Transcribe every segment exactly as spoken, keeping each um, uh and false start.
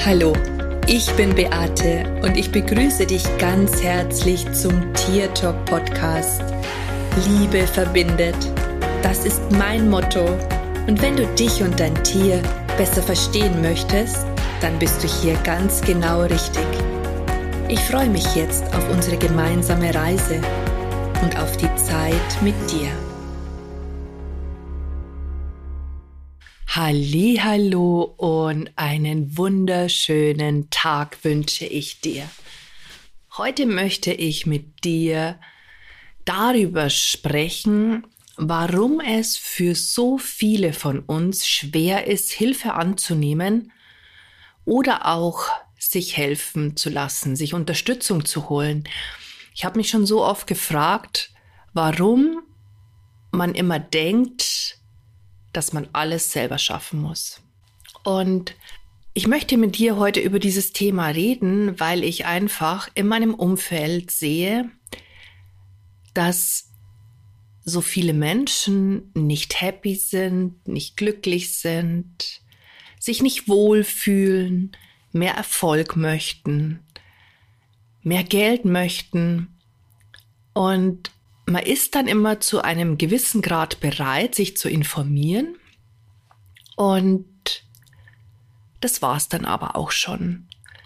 Hallo, ich bin Beate und ich begrüße dich ganz herzlich zum Tier Talk Podcast. Liebe verbindet, das ist mein Motto. Und wenn du dich und dein Tier besser verstehen möchtest, dann bist du hier ganz genau richtig. Ich freue mich jetzt auf unsere gemeinsame Reise und auf die Zeit mit dir. Hallihallo und einen wunderschönen Tag wünsche ich dir. Heute möchte ich mit dir darüber sprechen, warum es für so viele von uns schwer ist, Hilfe anzunehmen oder auch sich helfen zu lassen, sich Unterstützung zu holen. Ich habe mich schon so oft gefragt, warum man immer denkt, dass man alles selber schaffen muss. Und ich möchte mit dir heute über dieses Thema reden, weil ich einfach in meinem Umfeld sehe, dass so viele Menschen nicht happy sind, nicht glücklich sind, sich nicht wohlfühlen, mehr Erfolg möchten, mehr Geld möchten. Und man ist dann immer zu einem gewissen Grad bereit, sich zu informieren. Und das war's dann aber auch schon.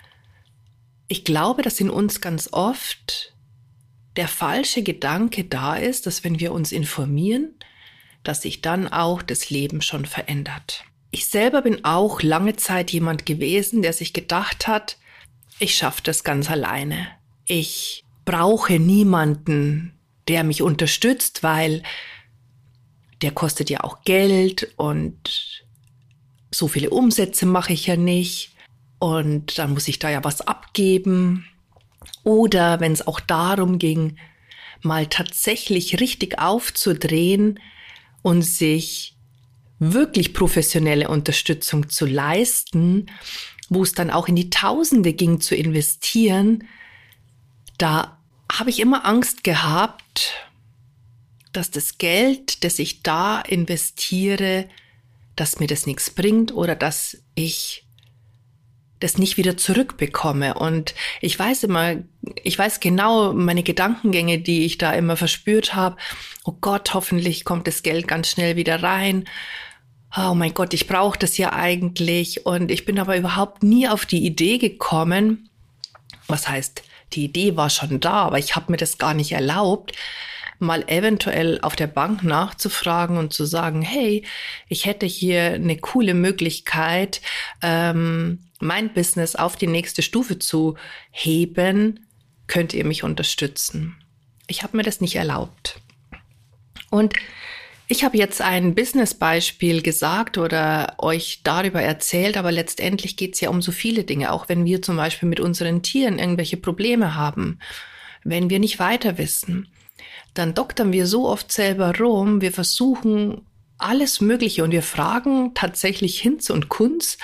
Ich glaube, dass in uns ganz oft der falsche Gedanke da ist, dass wenn wir uns informieren, dass sich dann auch das Leben schon verändert. Ich selber bin auch lange Zeit jemand gewesen, der sich gedacht hat, ich schaffe das ganz alleine. Ich brauche niemanden, der mich unterstützt, weil der kostet ja auch Geld und so viele Umsätze mache ich ja nicht und dann muss ich da ja was abgeben. Oder wenn es auch darum ging, mal tatsächlich richtig aufzudrehen und sich wirklich professionelle Unterstützung zu leisten, wo es dann auch in die Tausende ging zu investieren, da habe ich immer Angst gehabt, dass das Geld, das ich da investiere, dass mir das nichts bringt oder dass ich das nicht wieder zurückbekomme. Und ich weiß immer, ich weiß genau meine Gedankengänge, die ich da immer verspürt habe. Oh Gott, hoffentlich kommt das Geld ganz schnell wieder rein. Oh mein Gott, ich brauche das ja eigentlich. Und ich bin aber überhaupt nie auf die Idee gekommen, was heißt, die Idee war schon da, aber ich habe mir das gar nicht erlaubt, mal eventuell auf der Bank nachzufragen und zu sagen, hey, ich hätte hier eine coole Möglichkeit, ähm, mein Business auf die nächste Stufe zu heben. Könnt ihr mich unterstützen? Ich habe mir das nicht erlaubt. Und ich habe jetzt ein Business-Beispiel gesagt oder euch darüber erzählt, aber letztendlich geht es ja um so viele Dinge, auch wenn wir zum Beispiel mit unseren Tieren irgendwelche Probleme haben, wenn wir nicht weiter wissen, dann doktern wir so oft selber rum, wir versuchen alles Mögliche und wir fragen tatsächlich Hinz und Kunz,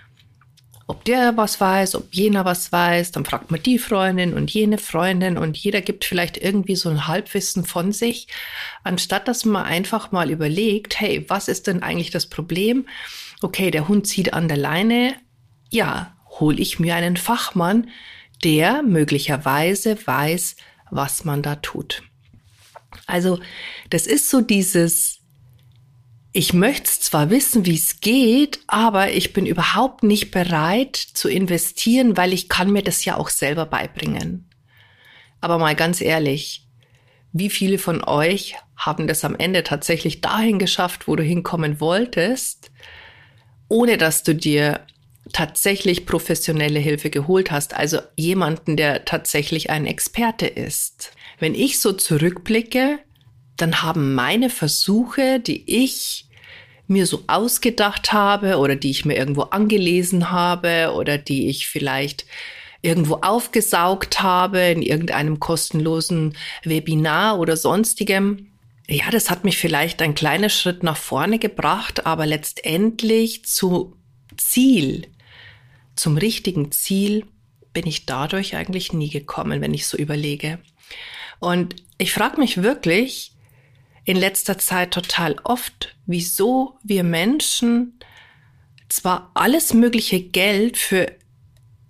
ob der was weiß, ob jener was weiß, dann fragt man die Freundin und jene Freundin und jeder gibt vielleicht irgendwie so ein Halbwissen von sich, anstatt dass man einfach mal überlegt, hey, was ist denn eigentlich das Problem? Okay, der Hund zieht an der Leine, ja, hole ich mir einen Fachmann, der möglicherweise weiß, was man da tut. Also das ist so dieses, ich möchte zwar wissen, wie es geht, aber ich bin überhaupt nicht bereit zu investieren, weil ich kann mir das ja auch selber beibringen. Aber mal ganz ehrlich, wie viele von euch haben das am Ende tatsächlich dahin geschafft, wo du hinkommen wolltest, ohne dass du dir tatsächlich professionelle Hilfe geholt hast, also jemanden, der tatsächlich ein Experte ist? Wenn ich so zurückblicke, dann haben meine Versuche, die ich mir so ausgedacht habe oder die ich mir irgendwo angelesen habe oder die ich vielleicht irgendwo aufgesaugt habe in irgendeinem kostenlosen Webinar oder sonstigem, ja, das hat mich vielleicht einen kleinen Schritt nach vorne gebracht, aber letztendlich zu Ziel, zum richtigen Ziel bin ich dadurch eigentlich nie gekommen, wenn ich so überlege. Und ich frage mich wirklich in letzter Zeit total oft, wieso wir Menschen zwar alles mögliche Geld für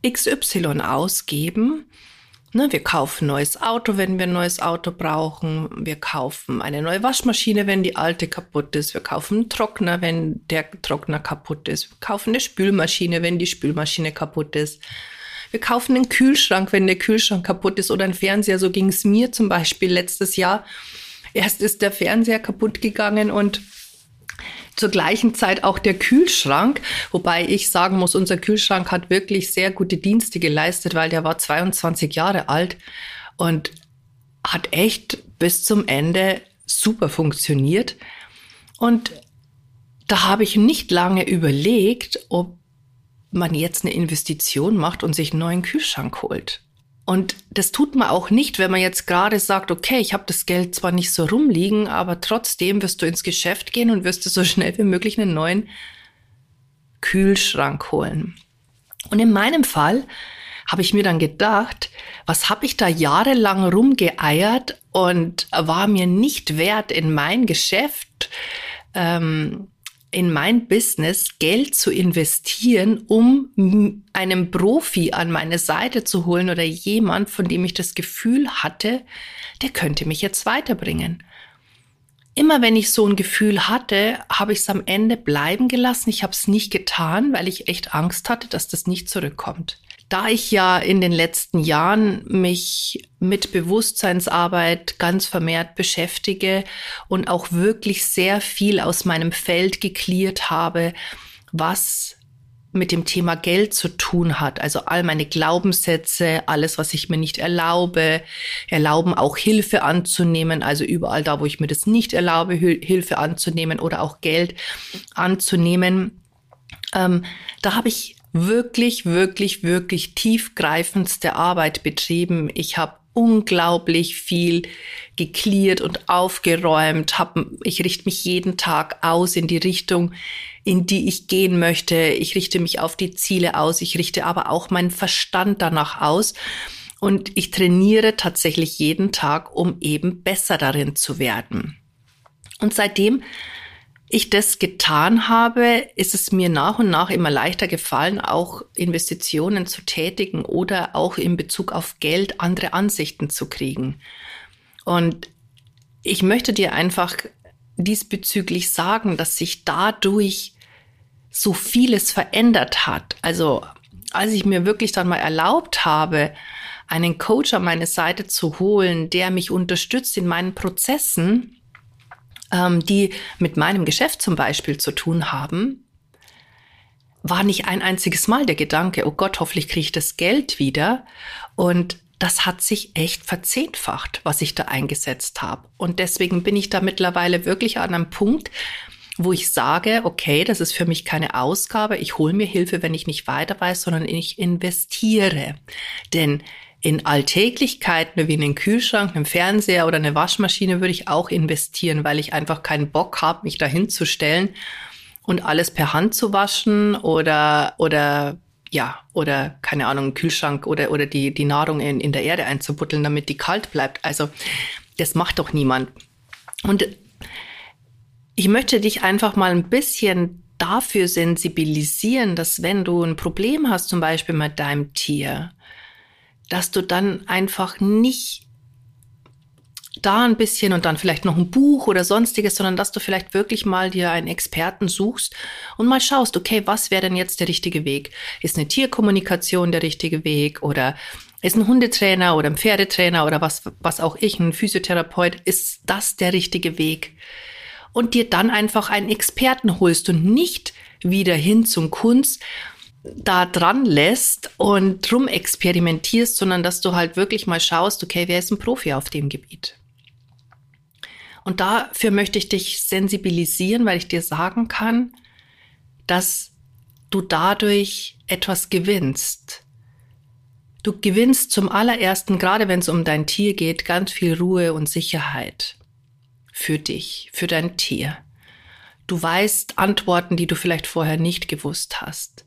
X Y ausgeben. Ne, wir kaufen ein neues Auto, wenn wir ein neues Auto brauchen. Wir kaufen eine neue Waschmaschine, wenn die alte kaputt ist. Wir kaufen einen Trockner, wenn der Trockner kaputt ist. Wir kaufen eine Spülmaschine, wenn die Spülmaschine kaputt ist. Wir kaufen einen Kühlschrank, wenn der Kühlschrank kaputt ist, oder einen Fernseher. So ging es mir zum Beispiel letztes Jahr. Erst ist der Fernseher kaputt gegangen und zur gleichen Zeit auch der Kühlschrank, wobei ich sagen muss, unser Kühlschrank hat wirklich sehr gute Dienste geleistet, weil der war zweiundzwanzig Jahre alt und hat echt bis zum Ende super funktioniert. Und da habe ich nicht lange überlegt, ob man jetzt eine Investition macht und sich einen neuen Kühlschrank holt. Und das tut man auch nicht, wenn man jetzt gerade sagt, okay, ich habe das Geld zwar nicht so rumliegen, aber trotzdem wirst du ins Geschäft gehen und wirst du so schnell wie möglich einen neuen Kühlschrank holen. Und in meinem Fall habe ich mir dann gedacht, was habe ich da jahrelang rumgeeiert und war mir nicht wert, in mein Geschäft, ähm, in mein Business Geld zu investieren, um einen Profi an meine Seite zu holen oder jemand, von dem ich das Gefühl hatte, der könnte mich jetzt weiterbringen. Immer wenn ich so ein Gefühl hatte, habe ich es am Ende bleiben gelassen. Ich habe es nicht getan, weil ich echt Angst hatte, dass das nicht zurückkommt. Da ich ja in den letzten Jahren mich mit Bewusstseinsarbeit ganz vermehrt beschäftige und auch wirklich sehr viel aus meinem Feld geklärt habe, was mit dem Thema Geld zu tun hat. Also all meine Glaubenssätze, alles, was ich mir nicht erlaube, erlauben auch Hilfe anzunehmen. Also überall da, wo ich mir das nicht erlaube, Hilfe anzunehmen oder auch Geld anzunehmen. Ähm, da habe ich wirklich, wirklich, wirklich tiefgreifendste Arbeit betrieben. Ich habe unglaublich viel geklärt und aufgeräumt. Hab, ich richte mich jeden Tag aus in die Richtung, in die ich gehen möchte. Ich richte mich auf die Ziele aus. Ich richte aber auch meinen Verstand danach aus. Und ich trainiere tatsächlich jeden Tag, um eben besser darin zu werden. Und seitdem ich das getan habe, ist es mir nach und nach immer leichter gefallen, auch Investitionen zu tätigen oder auch in Bezug auf Geld andere Ansichten zu kriegen. Und ich möchte dir einfach diesbezüglich sagen, dass sich dadurch so vieles verändert hat. Also als ich mir wirklich dann mal erlaubt habe, einen Coach an meine Seite zu holen, der mich unterstützt in meinen Prozessen, die mit meinem Geschäft zum Beispiel zu tun haben, war nicht ein einziges Mal der Gedanke, oh Gott, hoffentlich kriege ich das Geld wieder. Und das hat sich echt verzehnfacht, was ich da eingesetzt habe. Und deswegen bin ich da mittlerweile wirklich an einem Punkt, wo ich sage, okay, das ist für mich keine Ausgabe. Ich hole mir Hilfe, wenn ich nicht weiter weiß, sondern ich investiere. Denn in Alltäglichkeiten wie einen Kühlschrank, einen Fernseher oder eine Waschmaschine würde ich auch investieren, weil ich einfach keinen Bock habe, mich da hinzustellen und alles per Hand zu waschen oder oder ja oder keine Ahnung, einen Kühlschrank oder oder die die Nahrung in in der Erde einzubuddeln, damit die kalt bleibt. Also das macht doch niemand. Und ich möchte dich einfach mal ein bisschen dafür sensibilisieren, dass wenn du ein Problem hast, zum Beispiel mit deinem Tier, dass du dann einfach nicht da ein bisschen und dann vielleicht noch ein Buch oder sonstiges, sondern dass du vielleicht wirklich mal dir einen Experten suchst und mal schaust, okay, was wäre denn jetzt der richtige Weg? Ist eine Tierkommunikation der richtige Weg oder ist ein Hundetrainer oder ein Pferdetrainer oder was, was auch ich, ein Physiotherapeut, ist das der richtige Weg? Und dir dann einfach einen Experten holst und nicht wieder hin zum Kunst da dran lässt und drum experimentierst, sondern dass du halt wirklich mal schaust, okay, wer ist ein Profi auf dem Gebiet? Und dafür möchte ich dich sensibilisieren, weil ich dir sagen kann, dass du dadurch etwas gewinnst. Du gewinnst zum allerersten, gerade wenn es um dein Tier geht, ganz viel Ruhe und Sicherheit für dich, für dein Tier. Du weißt Antworten, die du vielleicht vorher nicht gewusst hast.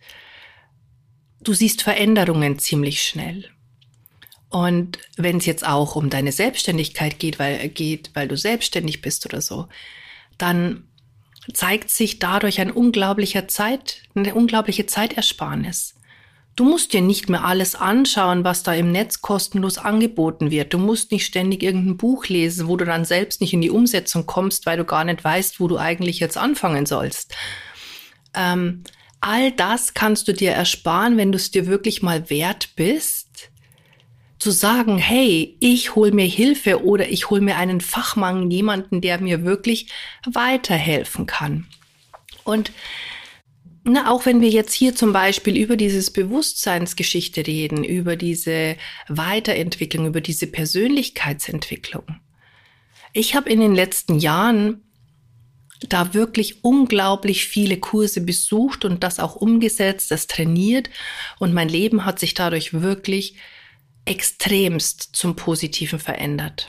Du siehst Veränderungen ziemlich schnell. Und wenn es jetzt auch um deine Selbstständigkeit geht, weil, geht, weil du selbstständig bist oder so, dann zeigt sich dadurch ein unglaublicher Zeit, eine unglaubliche Zeitersparnis. Du musst dir nicht mehr alles anschauen, was da im Netz kostenlos angeboten wird. Du musst nicht ständig irgendein Buch lesen, wo du dann selbst nicht in die Umsetzung kommst, weil du gar nicht weißt, wo du eigentlich jetzt anfangen sollst. Ähm, all das kannst du dir ersparen, wenn du es dir wirklich mal wert bist, zu sagen, hey, ich hole mir Hilfe oder ich hole mir einen Fachmann, jemanden, der mir wirklich weiterhelfen kann. Und na, auch wenn wir jetzt hier zum Beispiel über dieses Bewusstseinsgeschichte reden, über diese Weiterentwicklung, über diese Persönlichkeitsentwicklung. Ich habe in den letzten Jahren da wirklich unglaublich viele Kurse besucht und das auch umgesetzt, das trainiert und mein Leben hat sich dadurch wirklich extremst zum Positiven verändert.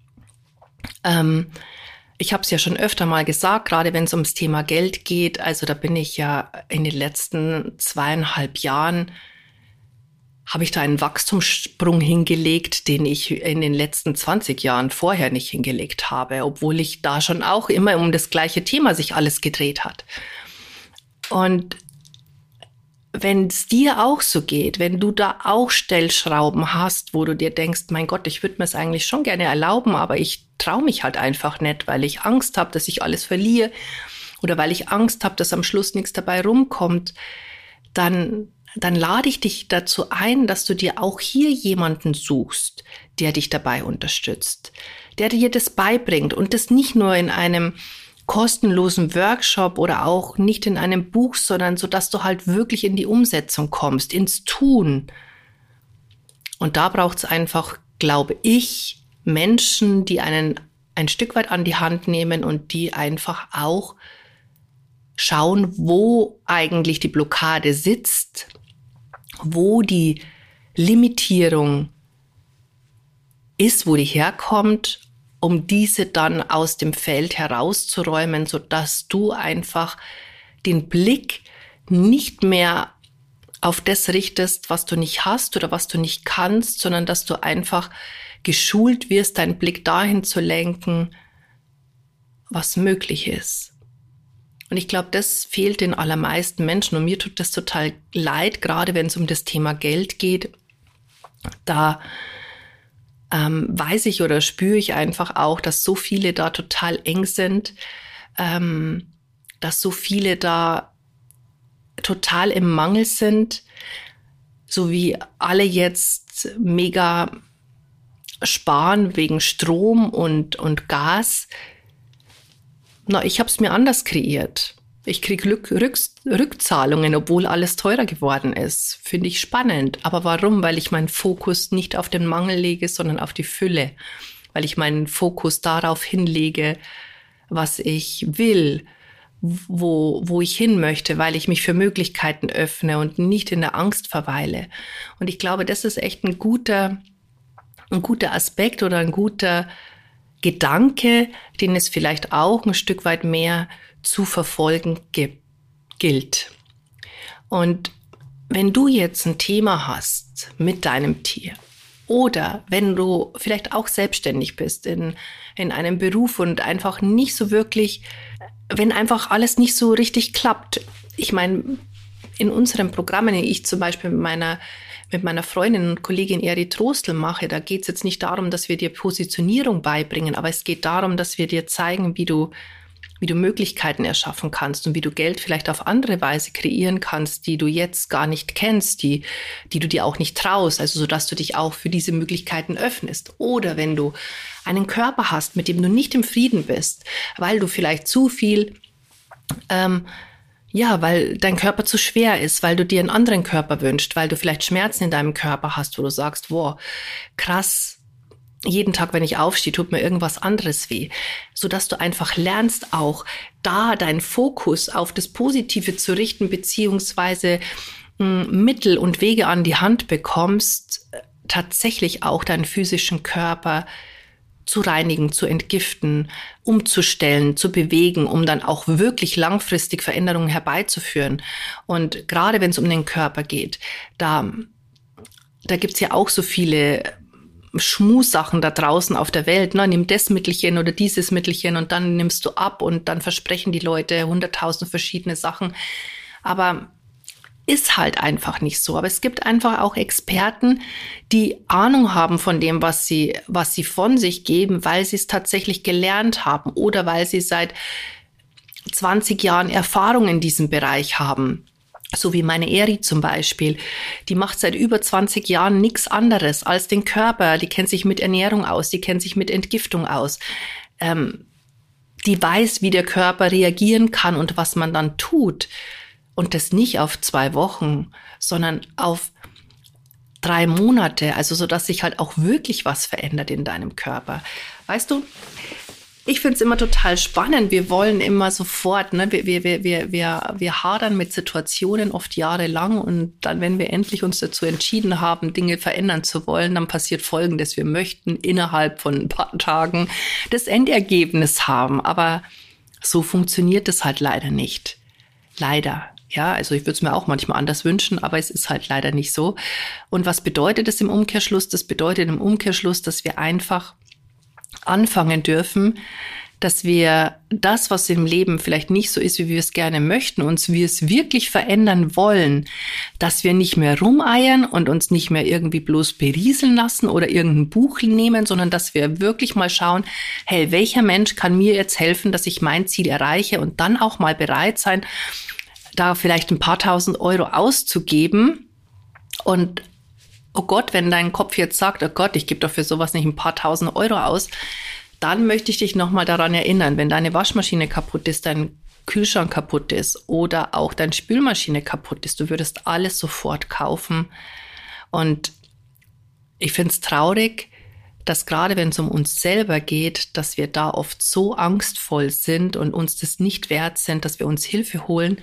Ähm, Ich habe es ja schon öfter mal gesagt, gerade wenn es ums Thema Geld geht, also da bin ich ja in den letzten zweieinhalb Jahren, habe ich da einen Wachstumssprung hingelegt, den ich in den letzten zwanzig Jahren vorher nicht hingelegt habe, obwohl ich da schon auch immer um das gleiche Thema sich alles gedreht hat. Und wenn es dir auch so geht, wenn du da auch Stellschrauben hast, wo du dir denkst, mein Gott, ich würde mir es eigentlich schon gerne erlauben, aber ich traue mich halt einfach nicht, weil ich Angst habe, dass ich alles verliere oder weil ich Angst habe, dass am Schluss nichts dabei rumkommt, dann, dann lade ich dich dazu ein, dass du dir auch hier jemanden suchst, der dich dabei unterstützt, der dir das beibringt und das nicht nur in einem kostenlosen Workshop oder auch nicht in einem Buch, sondern so, dass du halt wirklich in die Umsetzung kommst, ins Tun. Und da braucht es einfach, glaube ich, Menschen, die einen ein Stück weit an die Hand nehmen und die einfach auch schauen, wo eigentlich die Blockade sitzt, wo die Limitierung ist, wo die herkommt, um diese dann aus dem Feld herauszuräumen, sodass du einfach den Blick nicht mehr auf das richtest, was du nicht hast oder was du nicht kannst, sondern dass du einfach geschult wirst, deinen Blick dahin zu lenken, was möglich ist. Und ich glaube, das fehlt den allermeisten Menschen. Und mir tut das total leid, gerade wenn es um das Thema Geld geht. Da ähm, weiß ich oder spüre ich einfach auch, dass so viele da total eng sind, ähm, dass so viele da total im Mangel sind, so wie alle jetzt mega sparen wegen Strom und, und Gas. Na, ich habe es mir anders kreiert. Ich kriege Rück, Rück, Rückzahlungen, obwohl alles teurer geworden ist. Finde ich spannend. Aber warum? Weil ich meinen Fokus nicht auf den Mangel lege, sondern auf die Fülle. Weil ich meinen Fokus darauf hinlege, was ich will, wo, wo ich hin möchte, weil ich mich für Möglichkeiten öffne und nicht in der Angst verweile. Und ich glaube, das ist echt ein guter, ein guter Aspekt oder ein guter Gedanke, den es vielleicht auch ein Stück weit mehr zu verfolgen gibt, gilt. Und wenn du jetzt ein Thema hast mit deinem Tier oder wenn du vielleicht auch selbstständig bist in, in einem Beruf und einfach nicht so wirklich, wenn einfach alles nicht so richtig klappt. Ich meine, in unseren Programmen, die ich zum Beispiel mit meiner mit meiner Freundin und Kollegin Eri Trostel mache, da geht es jetzt nicht darum, dass wir dir Positionierung beibringen, aber es geht darum, dass wir dir zeigen, wie du, wie du Möglichkeiten erschaffen kannst und wie du Geld vielleicht auf andere Weise kreieren kannst, die du jetzt gar nicht kennst, die, die du dir auch nicht traust, also so, dass du dich auch für diese Möglichkeiten öffnest. Oder wenn du einen Körper hast, mit dem du nicht im Frieden bist, weil du vielleicht zu viel ähm, Ja, weil dein Körper zu schwer ist, weil du dir einen anderen Körper wünschst, weil du vielleicht Schmerzen in deinem Körper hast, wo du sagst, wow, krass, jeden Tag, wenn ich aufstehe, tut mir irgendwas anderes weh. Sodass du einfach lernst, auch da deinen Fokus auf das Positive zu richten, beziehungsweise mh, Mittel und Wege an die Hand bekommst, tatsächlich auch deinen physischen Körper zu reinigen, zu entgiften, umzustellen, zu bewegen, um dann auch wirklich langfristig Veränderungen herbeizuführen. Und gerade wenn es um den Körper geht, da, da gibt's ja auch so viele Schmusachen da draußen auf der Welt. Ne? Nimm das Mittelchen oder dieses Mittelchen und dann nimmst du ab und dann versprechen die Leute hunderttausend verschiedene Sachen. Aber ist halt einfach nicht so. Aber es gibt einfach auch Experten, die Ahnung haben von dem, was sie, was sie von sich geben, weil sie es tatsächlich gelernt haben oder weil sie seit zwanzig Jahren Erfahrung in diesem Bereich haben. So wie meine Eri zum Beispiel. Die macht seit über zwanzig Jahren nichts anderes als den Körper. Die kennt sich mit Ernährung aus, die kennt sich mit Entgiftung aus. Ähm, die weiß, wie der Körper reagieren kann und was man dann tut. Und das nicht auf zwei Wochen, sondern auf drei Monate, also so, dass sich halt auch wirklich was verändert in deinem Körper. Weißt du, ich finde es immer total spannend. Wir wollen immer sofort, ne, wir, wir, wir, wir, wir hadern mit Situationen oft jahrelang und dann, wenn wir endlich uns dazu entschieden haben, Dinge verändern zu wollen, dann passiert Folgendes. Wir möchten innerhalb von ein paar Tagen das Endergebnis haben, aber so funktioniert es halt leider nicht. Leider. Ja, also ich würde es mir auch manchmal anders wünschen, aber es ist halt leider nicht so. Und was bedeutet das im Umkehrschluss? Das bedeutet im Umkehrschluss, dass wir einfach anfangen dürfen, dass wir das, was im Leben vielleicht nicht so ist, wie wir es gerne möchten, uns wir es wirklich verändern wollen, dass wir nicht mehr rumeiern und uns nicht mehr irgendwie bloß berieseln lassen oder irgendein Buch nehmen, sondern dass wir wirklich mal schauen, hey, welcher Mensch kann mir jetzt helfen, dass ich mein Ziel erreiche und dann auch mal bereit sein, da vielleicht ein paar tausend Euro auszugeben. Und oh Gott, wenn dein Kopf jetzt sagt, oh Gott, ich gebe doch für sowas nicht ein paar tausend Euro aus, dann möchte ich dich nochmal daran erinnern, wenn deine Waschmaschine kaputt ist, dein Kühlschrank kaputt ist oder auch deine Spülmaschine kaputt ist, du würdest alles sofort kaufen. Und ich finde es traurig, dass gerade wenn es um uns selber geht, dass wir da oft so angstvoll sind und uns das nicht wert sind, dass wir uns Hilfe holen.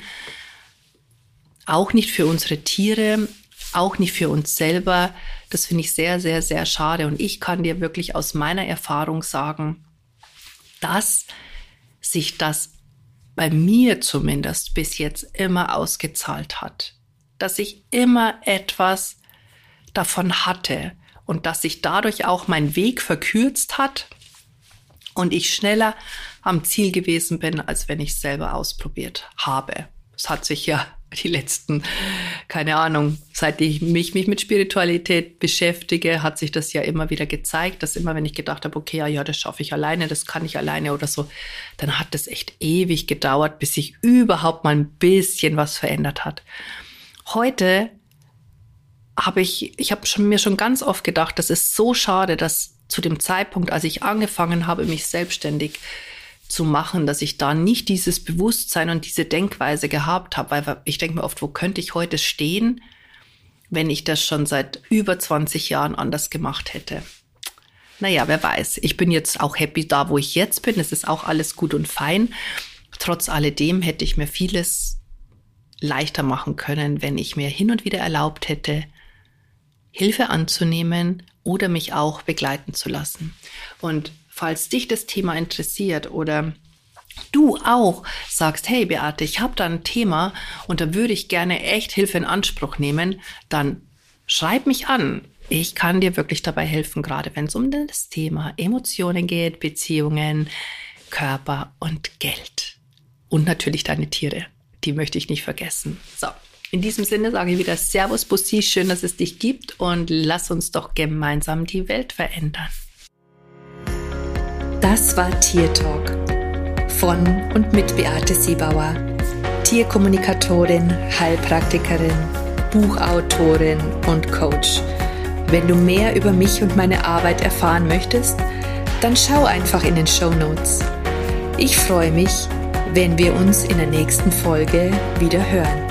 Auch nicht für unsere Tiere, auch nicht für uns selber. Das finde ich sehr, sehr, sehr schade. Und ich kann dir wirklich aus meiner Erfahrung sagen, dass sich das bei mir zumindest bis jetzt immer ausgezahlt hat. Dass ich immer etwas davon hatte und dass sich dadurch auch mein Weg verkürzt hat und ich schneller am Ziel gewesen bin, als wenn ich es selber ausprobiert habe. Es hat sich ja die letzten, keine Ahnung, seit ich mich, mich mit Spiritualität beschäftige, hat sich das ja immer wieder gezeigt, dass immer, wenn ich gedacht habe, okay, ja, ja, das schaffe ich alleine, das kann ich alleine oder so, dann hat das echt ewig gedauert, bis sich überhaupt mal ein bisschen was verändert hat. Heute habe ich, ich habe schon, mir schon ganz oft gedacht, das ist so schade, dass zu dem Zeitpunkt, als ich angefangen habe, mich selbstständig zu machen, dass ich da nicht dieses Bewusstsein und diese Denkweise gehabt habe, weil ich denke mir oft, wo könnte ich heute stehen, wenn ich das schon seit über zwanzig Jahren anders gemacht hätte. Naja, wer weiß. Ich bin jetzt auch happy da, wo ich jetzt bin. Es ist auch alles gut und fein. Trotz alledem hätte ich mir vieles leichter machen können, wenn ich mir hin und wieder erlaubt hätte, Hilfe anzunehmen oder mich auch begleiten zu lassen. Und falls dich das Thema interessiert oder du auch sagst, hey Beate, ich habe da ein Thema und da würde ich gerne echt Hilfe in Anspruch nehmen, dann schreib mich an. Ich kann dir wirklich dabei helfen, gerade wenn es um das Thema Emotionen geht, Beziehungen, Körper und Geld. Und natürlich deine Tiere, die möchte ich nicht vergessen. So, in diesem Sinne sage ich wieder Servus, Bussi, schön, dass es dich gibt und lass uns doch gemeinsam die Welt verändern. Das war Tier Talk von und mit Beate Siebauer, Tierkommunikatorin, Heilpraktikerin, Buchautorin und Coach. Wenn du mehr über mich und meine Arbeit erfahren möchtest, dann schau einfach in den Shownotes. Ich freue mich, wenn wir uns in der nächsten Folge wieder hören.